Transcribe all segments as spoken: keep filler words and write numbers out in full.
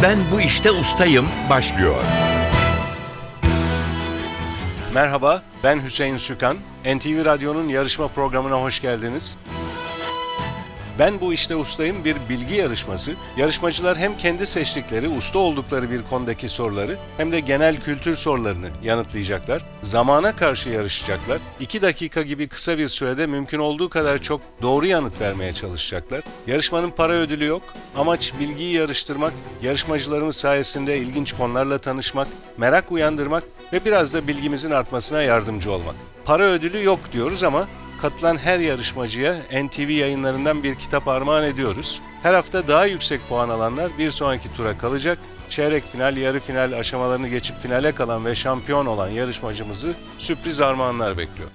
Ben bu işte ustayım başlıyor. Merhaba, ben Hüseyin Sükan. N T V Radyo'nun yarışma programına hoş geldiniz. Ben bu işte ustayım bir bilgi yarışması. Yarışmacılar hem kendi seçtikleri, usta oldukları bir konudaki soruları hem de genel kültür sorularını yanıtlayacaklar. Zamana karşı yarışacaklar. iki dakika gibi kısa bir sürede mümkün olduğu kadar çok doğru yanıt vermeye çalışacaklar. Yarışmanın para ödülü yok. Amaç bilgiyi yarıştırmak, yarışmacılarımız sayesinde ilginç konularla tanışmak, merak uyandırmak ve biraz da bilgimizin artmasına yardımcı olmak. Para ödülü yok diyoruz ama katılan her yarışmacıya N T V yayınlarından bir kitap armağan ediyoruz. Her hafta daha yüksek puan alanlar bir sonraki tura kalacak. Çeyrek final, yarı final aşamalarını geçip finale kalan ve şampiyon olan yarışmacımızı sürpriz armağanlar bekliyor.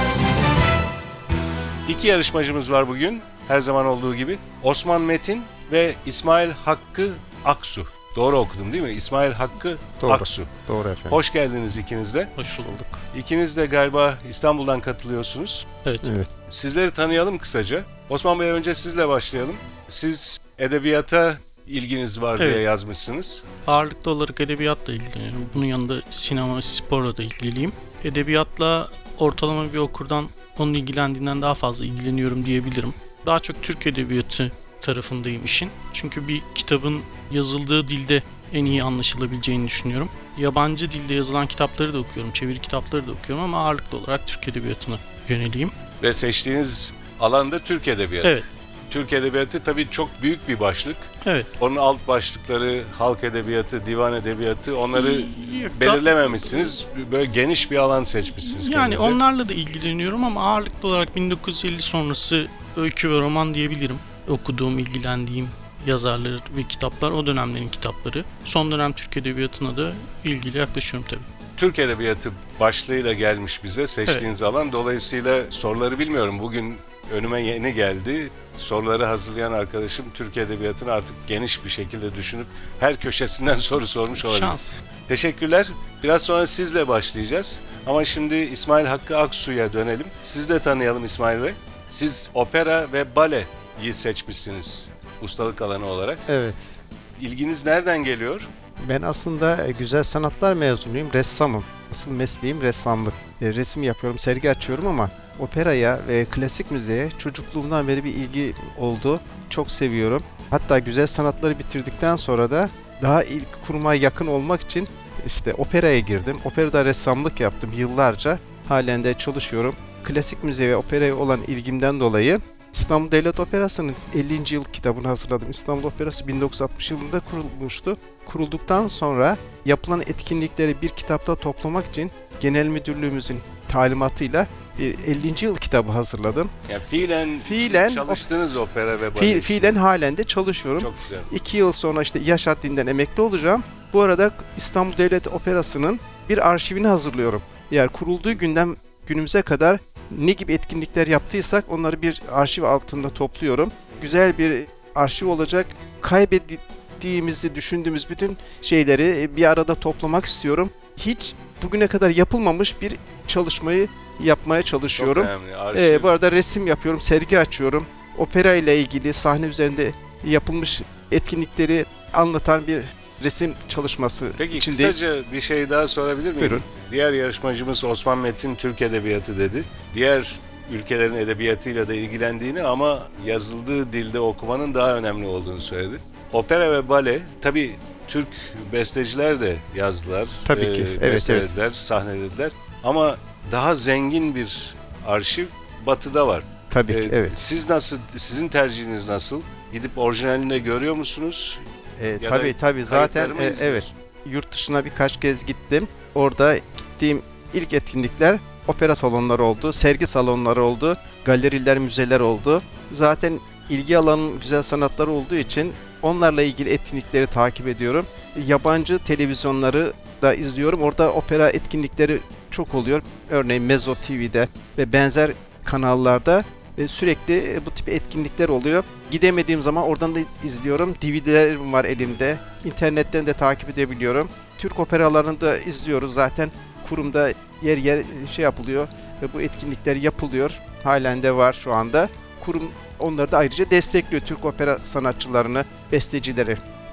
İki yarışmacımız var bugün. Her zaman olduğu gibi. Osman Metin ve İsmail Hakkı Aksu. Doğru okudum değil mi? İsmail Hakkı Doğru. Aksu. Doğru efendim. Hoş geldiniz ikiniz de. Hoş bulduk. İkiniz de galiba İstanbul'dan katılıyorsunuz. Evet. Evet. Sizleri tanıyalım kısaca. Osman Bey, önce sizle başlayalım. Siz edebiyata ilginiz var diye Evet. yazmışsınız. Ağırlıklı olarak edebiyatla ilgileniyorum. Bunun yanında sinema, sporla da ilgiliyim. Edebiyatla ortalama bir okurdan onun ilgilendiğinden daha fazla ilgileniyorum diyebilirim. Daha çok Türk edebiyatı tarafındayım işin. Çünkü bir kitabın yazıldığı dilde en iyi anlaşılabileceğini düşünüyorum. Yabancı dilde yazılan kitapları da okuyorum, çeviri kitapları da okuyorum ama ağırlıklı olarak Türk edebiyatına yöneleyim. Ve seçtiğiniz alanda Türk edebiyatı. Evet. Türk edebiyatı tabii çok büyük bir başlık. Evet. Onun alt başlıkları halk edebiyatı, divan edebiyatı, onları Yok, belirlememişsiniz. Böyle geniş bir alan seçmişsiniz Yani kendinize. onlarla da ilgileniyorum ama ağırlıklı olarak bin dokuz yüz elli sonrası öykü ve roman diyebilirim. Okuduğum, ilgilendiğim yazarlar ve kitaplar o dönemlerin kitapları. Son dönem Türk Edebiyatı'na da ilgili yaklaşıyorum tabii. Türk edebiyatı başlığıyla gelmiş bize seçtiğiniz alan. Dolayısıyla soruları bilmiyorum. Bugün önüme yeni geldi. Soruları hazırlayan arkadaşım Türk edebiyatını artık geniş bir şekilde düşünüp her köşesinden soru sormuş olabilir. Şans. Teşekkürler. Biraz sonra sizle başlayacağız. Ama şimdi İsmail Hakkı Aksu'ya dönelim. Siz de tanıyalım İsmail Bey. Siz opera ve baleyi seçmişsiniz ustalık alanı olarak. Evet. İlginiz nereden geliyor? Ben aslında güzel sanatlar mezunuyum. Ressamım. Asıl mesleğim ressamlık. E, resim yapıyorum, sergi açıyorum ama operaya ve klasik müziğe çocukluğumdan beri bir ilgi oldu. Çok seviyorum. Hatta güzel sanatları bitirdikten sonra da daha ilk kuruma yakın olmak için işte operaya girdim. Operada ressamlık yaptım yıllarca. Halen de çalışıyorum. Klasik müziğe ve operaya olan ilgimden dolayı İstanbul Devlet Operası'nın ellinci yıl kitabını hazırladım. İstanbul Operası bin dokuz yüz altmış yılında kurulmuştu. Kurulduktan sonra yapılan etkinlikleri bir kitapta toplamak için Genel Müdürlüğümüzün talimatıyla bir ellinci yıl kitabı hazırladım. Yani fiilen, Fiilen çalıştınız opera ve bale. Fi, fiilen halen de çalışıyorum. Çok güzel. İki yıl sonra işte yaş haddinden emekli olacağım. Bu arada İstanbul Devlet Operası'nın bir arşivini hazırlıyorum. Yani kurulduğu günden günümüze kadar ne gibi etkinlikler yaptıysak onları bir arşiv altında topluyorum. Güzel bir arşiv olacak. Kaybettiğimizi düşündüğümüz bütün şeyleri bir arada toplamak istiyorum. Hiç bugüne kadar yapılmamış bir çalışmayı yapmaya çalışıyorum. Çok önemli. Arşiv. Ee, bu arada resim yapıyorum, sergi açıyorum. Opera ile ilgili sahne üzerinde yapılmış etkinlikleri anlatan bir resim çalışması Peki içindeyim. kısaca bir şey daha sorabilir miyim? Buyurun. Diğer yarışmacımız Osman Metin Türk Edebiyatı dedi. Diğer ülkelerin edebiyatıyla da ilgilendiğini ama yazıldığı dilde okumanın daha önemli olduğunu söyledi. Opera ve bale, tabii Türk besteciler de yazdılar. Tabii ki, evet, bestelediler, sahnelediler. Ama daha zengin bir arşiv Batı'da var. Tabii Ee, ki, evet. Siz nasıl, sizin tercihiniz nasıl? Gidip orijinalinde görüyor musunuz? E, Ya tabii da tabii zaten kayıtları mı e, izliyorsun? evet. Yurt dışına birkaç kez gittim. Orada gittiğim ilk etkinlikler opera salonları oldu, sergi salonları oldu, galeriler, müzeler oldu. Zaten ilgi alanım güzel sanatlar olduğu için onlarla ilgili etkinlikleri takip ediyorum. Yabancı televizyonları da izliyorum. Orada opera etkinlikleri çok oluyor. Örneğin Mezzo T V'de ve benzer kanallarda ve sürekli bu tip etkinlikler oluyor. Gidemediğim zaman oradan da izliyorum. D V D'lerim var elimde. İnternetten de takip edebiliyorum. Türk operalarını da izliyoruz. Zaten kurumda yer yer şey yapılıyor ve bu etkinlikler yapılıyor. Halen de var şu anda. Kurum onları da ayrıca destekliyor, Türk opera sanatçılarını, bestecileri.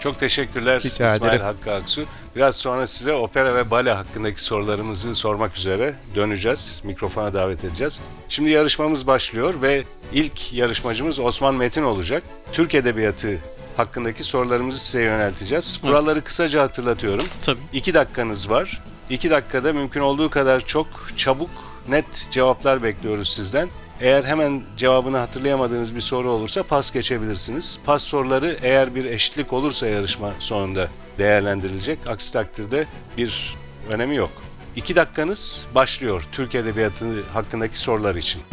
Çok teşekkürler Rica İsmail ederim. Hakkı Aksu. Biraz sonra size opera ve bale hakkındaki sorularımızı sormak üzere döneceğiz. Mikrofona davet edeceğiz. Şimdi yarışmamız başlıyor ve ilk yarışmacımız Osman Metin olacak. Türk Edebiyatı hakkındaki sorularımızı size yönelteceğiz. Kuralları kısaca hatırlatıyorum. Tabii. İki dakikanız var. İki dakikada mümkün olduğu kadar çok, çabuk, net cevaplar bekliyoruz sizden. Eğer hemen cevabını hatırlayamadığınız bir soru olursa pas geçebilirsiniz. Pas soruları eğer bir eşitlik olursa yarışma sonunda değerlendirilecek. Aksi takdirde bir önemi yok. İki dakikanız başlıyor Türk Edebiyatı hakkındaki sorular için.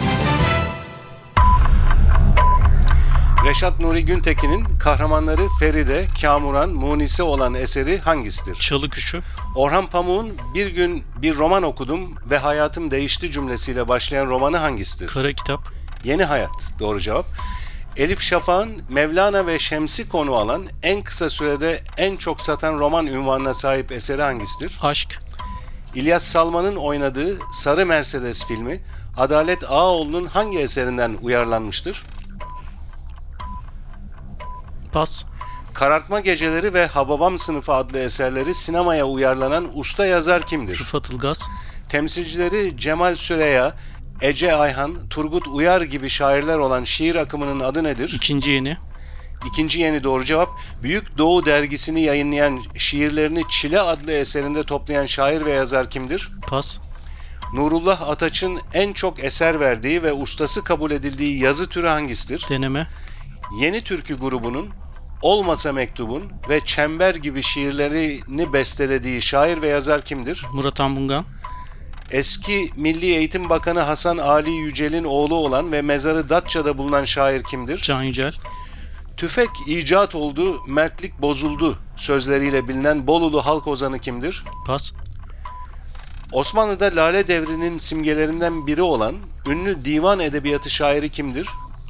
Reşat Nuri Güntekin'in kahramanları Feride, Kamuran, Munise olan eseri hangisidir? Çalıkuşu. Orhan Pamuk'un Bir gün bir roman okudum ve hayatım değişti cümlesiyle başlayan romanı hangisidir? Kara Kitap. Yeni Hayat. Doğru cevap. Elif Şafak'ın Mevlana ve Şems'i konu alan en kısa sürede en çok satan roman unvanına sahip eseri hangisidir? Aşk. İlyas Salman'ın oynadığı Sarı Mercedes filmi Adalet Ağaoğlu'nun hangi eserinden uyarlanmıştır? Pas. Karartma Geceleri ve Hababam Sınıfı adlı eserleri sinemaya uyarlanan usta yazar kimdir? Rıfat Ilgaz. Temsilcileri Cemal Süreya, Ece Ayhan, Turgut Uyar gibi şairler olan şiir akımının adı nedir? İkinci Yeni. İkinci yeni doğru cevap. Büyük Doğu dergisini yayınlayan, şiirlerini Çile adlı eserinde toplayan şair ve yazar kimdir? Pas. Nurullah Ataç'ın en çok eser verdiği ve ustası kabul edildiği yazı türü hangisidir? Deneme. Yeni Türkü grubunun Olmasa Mektubun ve Çember gibi şiirlerini bestelediği şair ve yazar kimdir? Murat Anmungan. Eski Milli Eğitim Bakanı Hasan Ali Yücel'in oğlu olan ve mezarı Datça'da bulunan şair kimdir? Can Yücel. Tüfek icat oldu, mertlik bozuldu sözleriyle bilinen Bolulu halk ozanı kimdir? Pas. Osmanlı'da Lale Devri'nin simgelerinden biri olan ünlü divan edebiyatı şairi kimdir?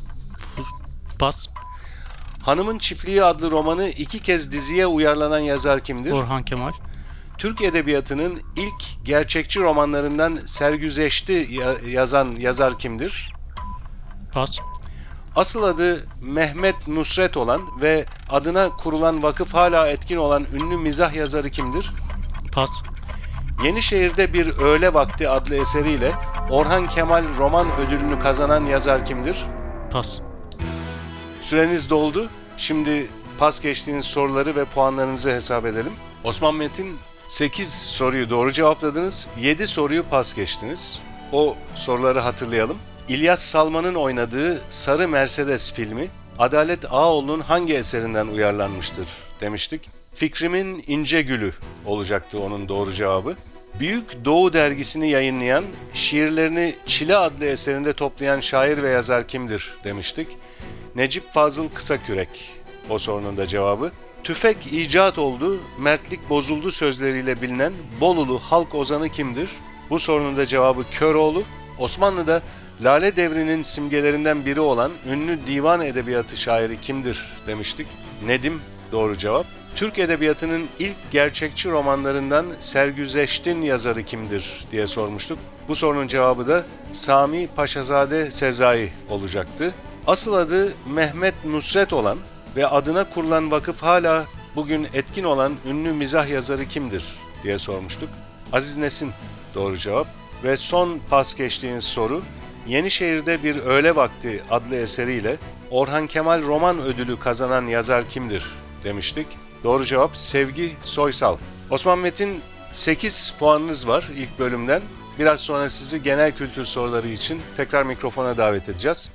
Pas. Hanımın Çiftliği adlı romanı iki kez diziye uyarlanan yazar kimdir? Orhan Kemal. Türk Edebiyatı'nın ilk gerçekçi romanlarından Sergüzeşt'i yazan yazar kimdir? Pas. Asıl adı Mehmet Nusret olan ve adına kurulan vakıf hala etkin olan ünlü mizah yazarı kimdir? Pas. Yenişehir'de Bir Öğle Vakti adlı eseriyle Orhan Kemal roman ödülünü kazanan yazar kimdir? Pas. Süreniz doldu. Şimdi pas geçtiğiniz soruları ve puanlarınızı hesap edelim. Osman Metin sekiz soruyu doğru cevapladınız. yedi soruyu pas geçtiniz. O soruları hatırlayalım. İlyas Salman'ın oynadığı Sarı Mercedes filmi Adalet Ağaoğlu'nun hangi eserinden uyarlanmıştır demiştik. Fikrimin İnce Gülü olacaktı onun doğru cevabı. Büyük Doğu dergisini yayınlayan, şiirlerini Çile adlı eserinde toplayan şair ve yazar kimdir demiştik. Necip Fazıl Kısakürek o sorunun da cevabı. Tüfek icat oldu, mertlik bozuldu sözleriyle bilinen Bolulu halk ozanı kimdir? Bu sorunun da cevabı Köroğlu. Osmanlı'da Lale Devri'nin simgelerinden biri olan ünlü divan edebiyatı şairi kimdir demiştik. Nedim doğru cevap. Türk Edebiyatı'nın ilk gerçekçi romanlarından Sergüzeşt'in yazarı kimdir diye sormuştuk. Bu sorunun cevabı da Sami Paşazade Sezai olacaktı. Asıl adı Mehmet Nusret olan ve adına kurulan vakıf hala bugün etkin olan ünlü mizah yazarı kimdir diye sormuştuk. Aziz Nesin doğru cevap. Ve son pas geçtiğiniz soru, Yenişehir'de Bir Öğle Vakti adlı eseriyle Orhan Kemal roman ödülü kazanan yazar kimdir demiştik. Doğru cevap Sevgi Soysal. Osman Metin sekiz puanınız var ilk bölümden. Biraz sonra sizi genel kültür soruları için tekrar mikrofona davet edeceğiz.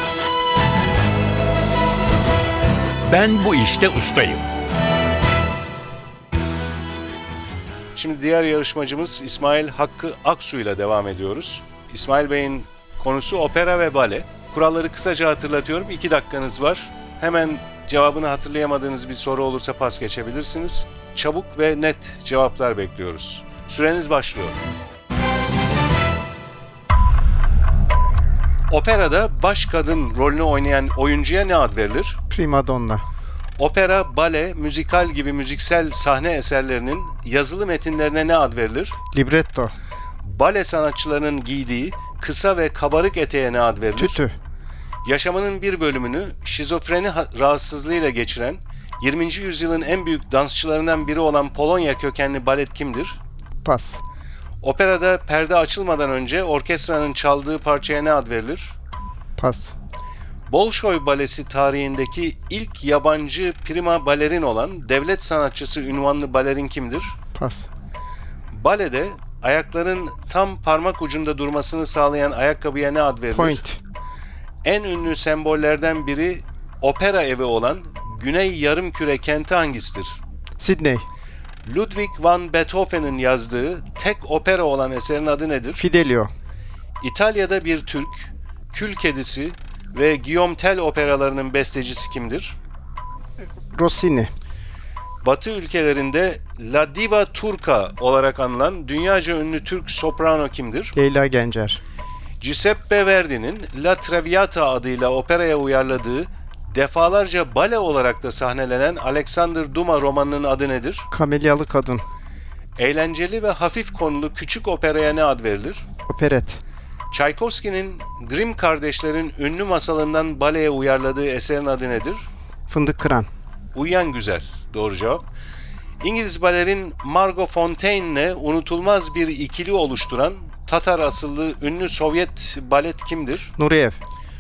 Ben bu işte ustayım. Şimdi diğer yarışmacımız İsmail Hakkı Aksu ile devam ediyoruz. İsmail Bey'in konusu opera ve bale. Kuralları kısaca hatırlatıyorum. iki dakikanız var. Hemen cevabını hatırlayamadığınız bir soru olursa pas geçebilirsiniz. Çabuk ve net cevaplar bekliyoruz. Süreniz başlıyor. Operada baş kadın rolünü oynayan oyuncuya ne ad verilir? Primadonna. Opera, bale, müzikal gibi müziksel sahne eserlerinin yazılı metinlerine ne ad verilir? Libretto. Bale sanatçılarının giydiği kısa ve kabarık eteğe ne ad verilir? Tütü. Yaşamının bir bölümünü şizofreni rahatsızlığıyla geçiren yirminci yüzyılın en büyük dansçılarından biri olan Polonya kökenli balet kimdir? Pas. Operada perde açılmadan önce orkestranın çaldığı parçaya ne ad verilir? Pas. Bolşoy Balesi tarihindeki ilk yabancı prima balerin olan devlet sanatçısı ünvanlı balerin kimdir? Pas. Balede ayakların tam parmak ucunda durmasını sağlayan ayakkabıya ne ad verilir? Point. En ünlü sembollerden biri opera evi olan Güney Yarımküre kenti hangisidir? Sydney. Ludwig van Beethoven'ın yazdığı tek opera olan eserin adı nedir? Fidelio. İtalya'da bir Türk, Kül Kedisi ve Guillaume Tell operalarının bestecisi kimdir? Rossini. Batı ülkelerinde La Diva Turca olarak anılan dünyaca ünlü Türk soprano kimdir? Leyla Gencer. Giuseppe Verdi'nin La Traviata adıyla operaya uyarladığı, defalarca bale olarak da sahnelenen Alexander Dumas romanının adı nedir? Kamelyalı Kadın. Eğlenceli ve hafif konulu küçük operaya ne ad verilir? Operet. Tchaikovsky'nin Grimm kardeşlerin ünlü masalından baleye uyarladığı eserin adı nedir? Fındık Kıran. Uyuyan Güzel. Doğru cevap. İngiliz balerin Margot Fontaine'le unutulmaz bir ikili oluşturan Tatar asıllı ünlü Sovyet balet kimdir? Nureyev.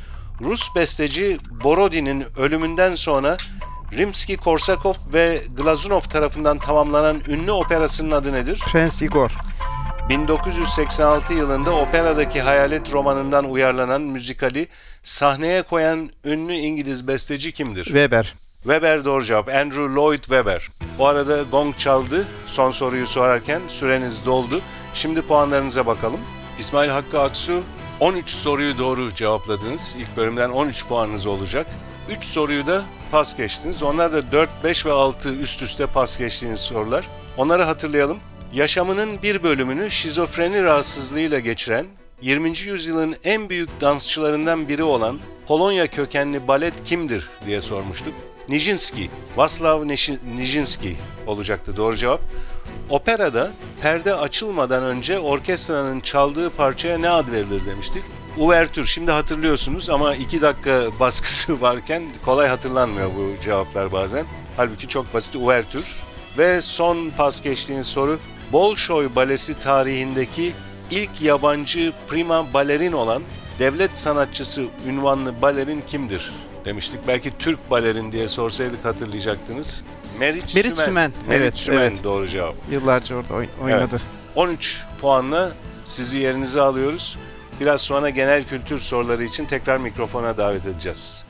Rus besteci Borodin'in ölümünden sonra Rimski-Korsakov ve Glazunov tarafından tamamlanan ünlü operasının adı nedir? Prens Igor. bin dokuz yüz seksen altı yılında operadaki Hayalet romanından uyarlanan müzikali sahneye koyan ünlü İngiliz besteci kimdir? Weber. Weber doğru cevap. Andrew Lloyd Webber. Bu arada gong çaldı. Son soruyu sorarken süreniz doldu. Şimdi puanlarınıza bakalım. İsmail Hakkı Aksu on üç soruyu doğru cevapladınız. İlk bölümden on üç puanınız olacak. üç soruyu da pas geçtiniz. Onlar da dört, beş ve altı üst üste pas geçtiğiniz sorular. Onları hatırlayalım. Yaşamının bir bölümünü şizofreni rahatsızlığıyla geçiren, yirminci yüzyılın en büyük dansçılarından biri olan Polonya kökenli balet kimdir diye sormuştuk. Nijinsky, Václav Nijinsky olacaktı doğru cevap. Operada perde açılmadan önce orkestranın çaldığı parçaya ne ad verilir demiştik. Uvertür. Şimdi hatırlıyorsunuz ama iki dakika baskısı varken kolay hatırlanmıyor bu cevaplar bazen. Halbuki çok basit uvertür. Ve son pas geçtiğiniz soru, Bolşoy Balesi tarihindeki ilk yabancı prima balerin olan devlet sanatçısı ünvanlı balerin kimdir demiştik. Belki Türk balerin diye sorsaydık hatırlayacaktınız. Meriç, Meriç Sümen. Sümen. Meriç Evet, Sümen evet. doğru cevap. Yıllarca orada oy- oynadı. Evet. on üç puanla sizi yerinize alıyoruz. Biraz sonra genel kültür soruları için tekrar mikrofona davet edeceğiz.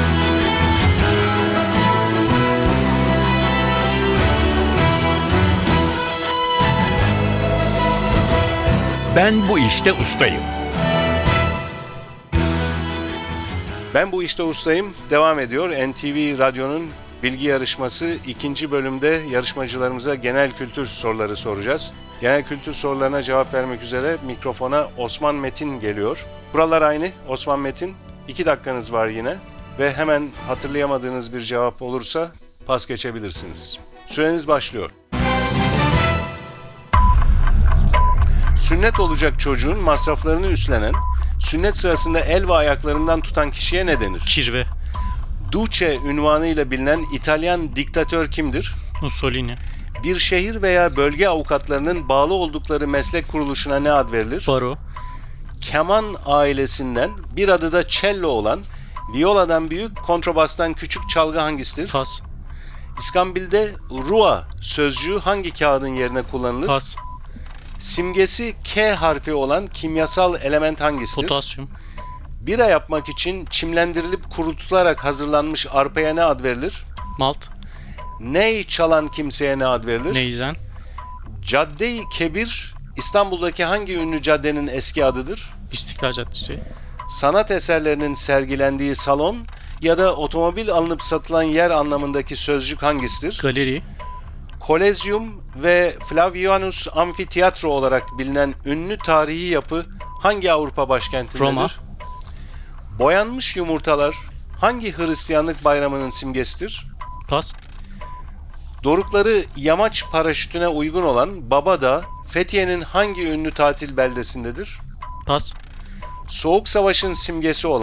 Ben bu işte ustayım. Ben bu işte ustayım devam ediyor. N T V Radyo'nun bilgi yarışması ikinci bölümde yarışmacılarımıza genel kültür soruları soracağız. Genel kültür sorularına cevap vermek üzere mikrofona Osman Metin geliyor. Buralar aynı. Osman Metin, iki dakikanız var yine ve hemen hatırlayamadığınız bir cevap olursa pas geçebilirsiniz. Süreniz başlıyor. Sünnet olacak çocuğun masraflarını üstlenen, sünnet sırasında el ve ayaklarından tutan kişiye ne denir? Kirve. Duce unvanıyla bilinen İtalyan diktatör kimdir? Mussolini. Bir şehir veya bölge avukatlarının bağlı oldukları meslek kuruluşuna ne ad verilir? Baro. Keman ailesinden bir adı da cello olan, violadan büyük, kontrabastan küçük çalgı hangisidir? Pas. İskambil'de rua sözcüğü hangi kağıdın yerine kullanılır? Pas. Simgesi K harfi olan kimyasal element hangisidir? Potasyum. Bira yapmak için çimlendirilip kurutularak hazırlanmış arpaya ne ad verilir? Malt. Ney çalan kimseye ne ad verilir? Neyzen. Cadde-i Kebir, İstanbul'daki hangi ünlü caddenin eski adıdır? İstiklal Caddesi. Sanat eserlerinin sergilendiği salon ya da otomobil alınıp satılan yer anlamındaki sözcük hangisidir? Galeri. Kolezyum ve Flavianus Amfiteyatro olarak bilinen ünlü tarihi yapı hangi Avrupa başkentindedir? Roma. Boyanmış yumurtalar hangi Hristiyanlık bayramının simgesidir? Pas. Dorukları yamaç paraşütüne uygun olan Babadağ, Fethiye'nin hangi ünlü tatil beldesindedir? Pas. Soğuk Savaş'ın simgesi olan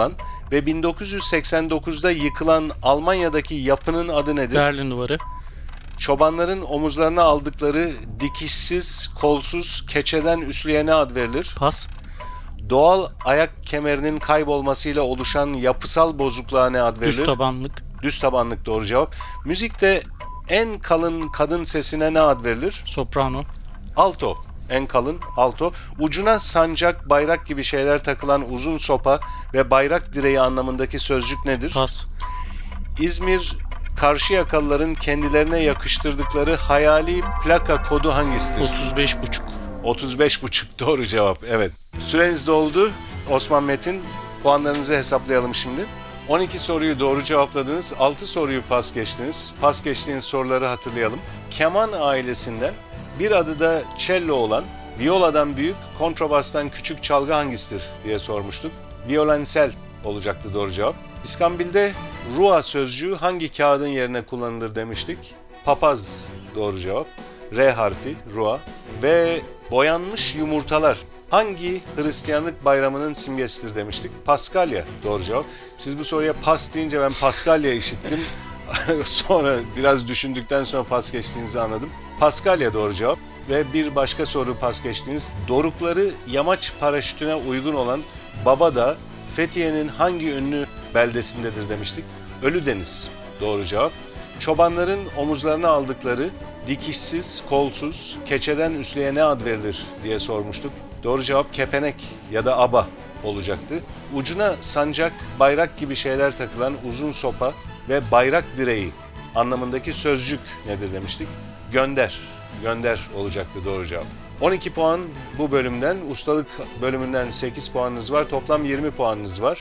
ve bin dokuz yüz seksen dokuzda yıkılan Almanya'daki yapının adı nedir? Berlin Duvarı. Çobanların omuzlarına aldıkları dikişsiz, kolsuz keçeden üslüğe ne ad verilir? Pas. Doğal ayak kemerinin kaybolmasıyla oluşan yapısal bozukluğa ne ad verilir? Düz tabanlık. Düz tabanlık doğru cevap. Müzikte en kalın kadın sesine ne ad verilir? Soprano. Alto. En kalın alto. Ucuna sancak, bayrak gibi şeyler takılan uzun sopa ve bayrak direği anlamındaki sözcük nedir? Pas. İzmir Karşıyakalıların kendilerine yakıştırdıkları hayali plaka kodu hangisidir? otuz beş buçuk. otuz beş buçuk doğru cevap. Evet. Süreniz doldu. Osman Metin, puanlarınızı hesaplayalım şimdi. on iki soruyu doğru cevapladınız. altı soruyu pas geçtiniz. Pas geçtiğiniz soruları hatırlayalım. Keman ailesinden bir adı da cello olan, violadan büyük, kontrabastan küçük çalgı hangisidir diye sormuştuk. Violensel olacaktı doğru cevap. İskambil'de rua sözcüğü hangi kağıdın yerine kullanılır demiştik. Papaz doğru cevap. R harfi, rua. Ve boyanmış yumurtalar hangi Hristiyanlık bayramının simgesidir demiştik. Paskalya doğru cevap. Siz bu soruya pas deyince ben Paskalya işittim. Sonra biraz düşündükten sonra pas geçtiğinizi anladım. Paskalya doğru cevap. Ve bir başka soru pas geçtiğiniz. Dorukları yamaç paraşütüne uygun olan Babadağ, Fethiye'nin hangi ünlü beldesindedir demiştik. Ölüdeniz doğru cevap. Çobanların omuzlarına aldıkları dikişsiz, kolsuz, keçeden üslüğe ne ad verilir diye sormuştuk. Doğru cevap kepenek ya da aba olacaktı. Ucuna sancak, bayrak gibi şeyler takılan uzun sopa ve bayrak direği anlamındaki sözcük nedir demiştik. Gönder, gönder olacaktı doğru cevap. on iki puan bu bölümden, ustalık bölümünden sekiz puanınız var. Toplam yirmi puanınız var.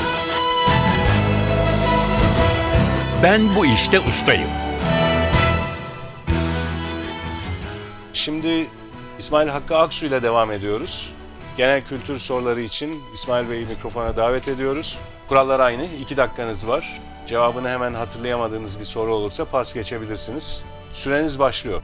Ben bu işte ustayım. Şimdi İsmail Hakkı Aksu ile devam ediyoruz. Genel kültür soruları için İsmail Bey'i mikrofona davet ediyoruz. Kurallar aynı. iki dakikanız var. Cevabını hemen hatırlayamadığınız bir soru olursa pas geçebilirsiniz. Süreniz başlıyor.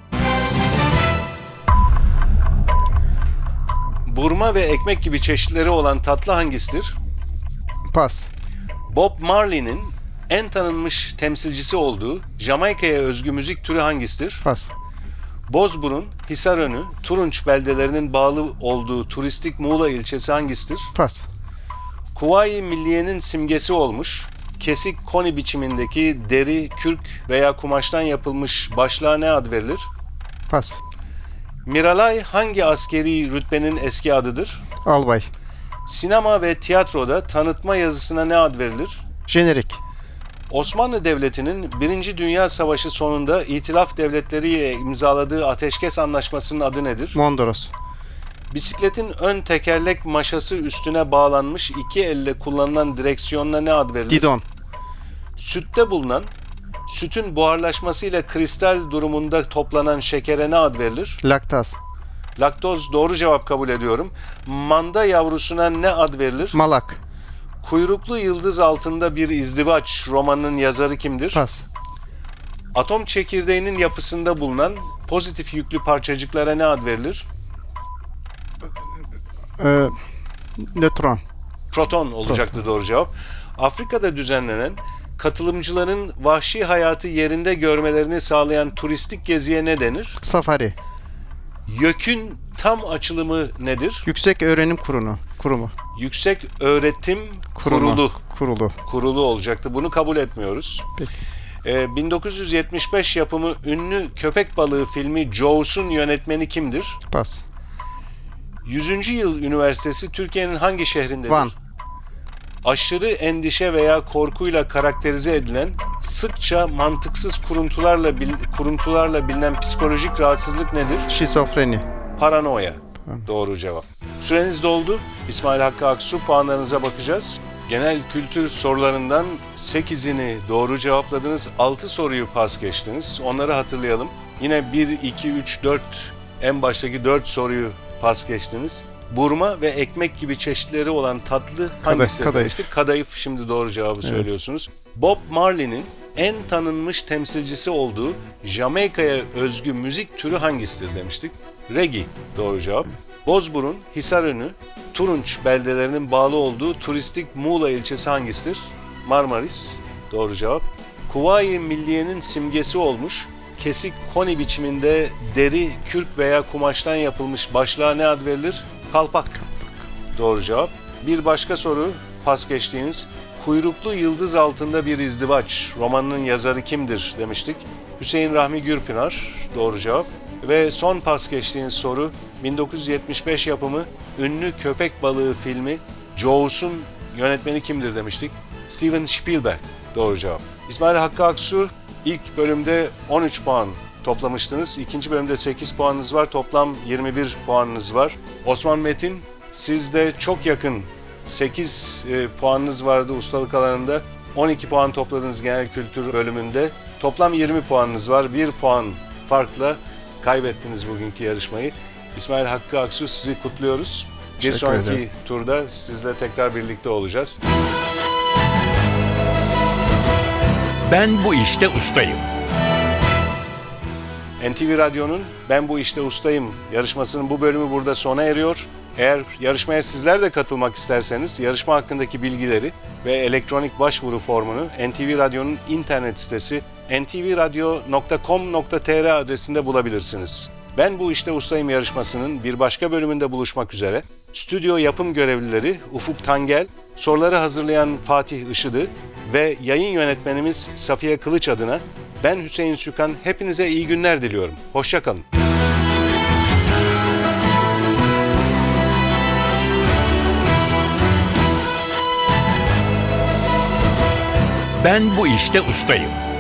Burma ve ekmek gibi çeşitleri olan tatlı hangisidir? Pas. Bob Marley'nin en tanınmış temsilcisi olduğu Jamaika'ya özgü müzik türü hangisidir? Pas. Bozburun, Hisarönü, Turunç beldelerinin bağlı olduğu turistik Muğla ilçesi hangisidir? Pas. Kuvayi Milliye'nin simgesi olmuş, kesik koni biçimindeki deri, kürk veya kumaştan yapılmış başlığa ne ad verilir? Pas. Miralay hangi askeri rütbenin eski adıdır? Albay. Sinema ve tiyatroda tanıtma yazısına ne ad verilir? Jenerik. Osmanlı Devleti'nin Birinci Dünya Savaşı sonunda İtilaf devletleriyle imzaladığı ateşkes anlaşmasının adı nedir? Mondros. Bisikletin ön tekerlek maşası üstüne bağlanmış iki elle kullanılan direksiyonuna ne ad verilir? Didon. Sütte bulunan, sütün buharlaşmasıyla kristal durumunda toplanan şekere ne ad verilir? Laktaz. Laktoz doğru cevap kabul ediyorum. Manda yavrusuna ne ad verilir? Malak. Kuyruklu Yıldız Altında Bir İzdivaç romanının yazarı kimdir? Pas. Atom çekirdeğinin yapısında bulunan pozitif yüklü parçacıklara ne ad verilir? Ee, nötron. Proton olacaktı doğru cevap. Afrika'da düzenlenen katılımcıların vahşi hayatı yerinde görmelerini sağlayan turistik geziye ne denir? Safari. YÖK'ün tam açılımı nedir? Yüksek Öğrenim Kurulu. Kurumu. Yüksek Öğretim Kurumu. Kurulu. Kurulu. Kurulu olacaktı. Bunu kabul etmiyoruz. Peki. Ee, bin dokuz yüz yetmiş beş yapımı ünlü Köpek Balığı filmi Jaws'un yönetmeni kimdir? Pas. yüzüncü Yıl Üniversitesi Türkiye'nin hangi şehrindedir? Van. Aşırı endişe veya korkuyla karakterize edilen, sıkça mantıksız kuruntularla bil, kuruntularla bilinen psikolojik rahatsızlık nedir? Şizofreni. Paranoya. Tamam. Doğru cevap. Süreniz doldu. İsmail Hakkı Aksu, puanlarınıza bakacağız. Genel kültür sorularından sekizini doğru cevapladınız. altı soruyu pas geçtiniz. Onları hatırlayalım. Yine bir, iki, üç, dört en baştaki dört soruyu pas geçtiniz. Burma ve ekmek gibi çeşitleri olan tatlı hangisi kadayıf. demiştik? Kadayıf şimdi doğru cevabı Evet. söylüyorsunuz. Bob Marley'nin en tanınmış temsilcisi olduğu Jamaika'ya özgü müzik türü hangisidir demiştik? Reggae doğru cevap. Bozburun, Hisarönü, Turunç beldelerinin bağlı olduğu turistik Muğla ilçesi hangisidir? Marmaris. Doğru cevap. Kuvayi Milliye'nin simgesi olmuş, kesik koni biçiminde deri, kürk veya kumaştan yapılmış başlığa ne ad verilir? Kalpak. Doğru cevap. Bir başka soru, pas geçtiğiniz. Kuyruklu Yıldız Altında Bir İzdivaç romanının yazarı kimdir demiştik. Hüseyin Rahmi Gürpınar. Doğru cevap. Ve son pas geçtiğiniz soru, bin dokuz yüz yetmiş beş yapımı ünlü Köpek Balığı filmi Jaws'un yönetmeni kimdir demiştik. Steven Spielberg. Doğru cevap. İsmail Hakkı Aksu, ilk bölümde on üç puan toplamıştınız. İkinci bölümde sekiz puanınız var. Toplam yirmi bir puanınız var. Osman Metin, siz de çok yakın sekiz e, puanınız vardı ustalık alanında. on iki puan topladınız genel kültür bölümünde. Toplam yirmi puanınız var. bir puan farkla kaybettiniz bugünkü yarışmayı. İsmail Hakkı Aksu, sizi kutluyoruz. Bir Teşekkür sonraki ederim. turda sizle tekrar birlikte olacağız. Ben bu işte ustayım. N T V Radyo'nun Ben Bu İşte Ustayım yarışmasının bu bölümü burada sona eriyor. Eğer yarışmaya sizler de katılmak isterseniz yarışma hakkındaki bilgileri ve elektronik başvuru formunu N T V Radyo'nun internet sitesi en ti vi radyo nokta com nokta t r adresinde bulabilirsiniz. Ben Bu İşte Ustayım yarışmasının bir başka bölümünde buluşmak üzere. Stüdyo yapım görevlileri Ufuk Tangel, soruları hazırlayan Fatih Işıdı ve yayın yönetmenimiz Safiye Kılıç adına ben Hüseyin Sükan, hepinize iyi günler diliyorum. Hoşça kalın. Ben bu işte ustayım.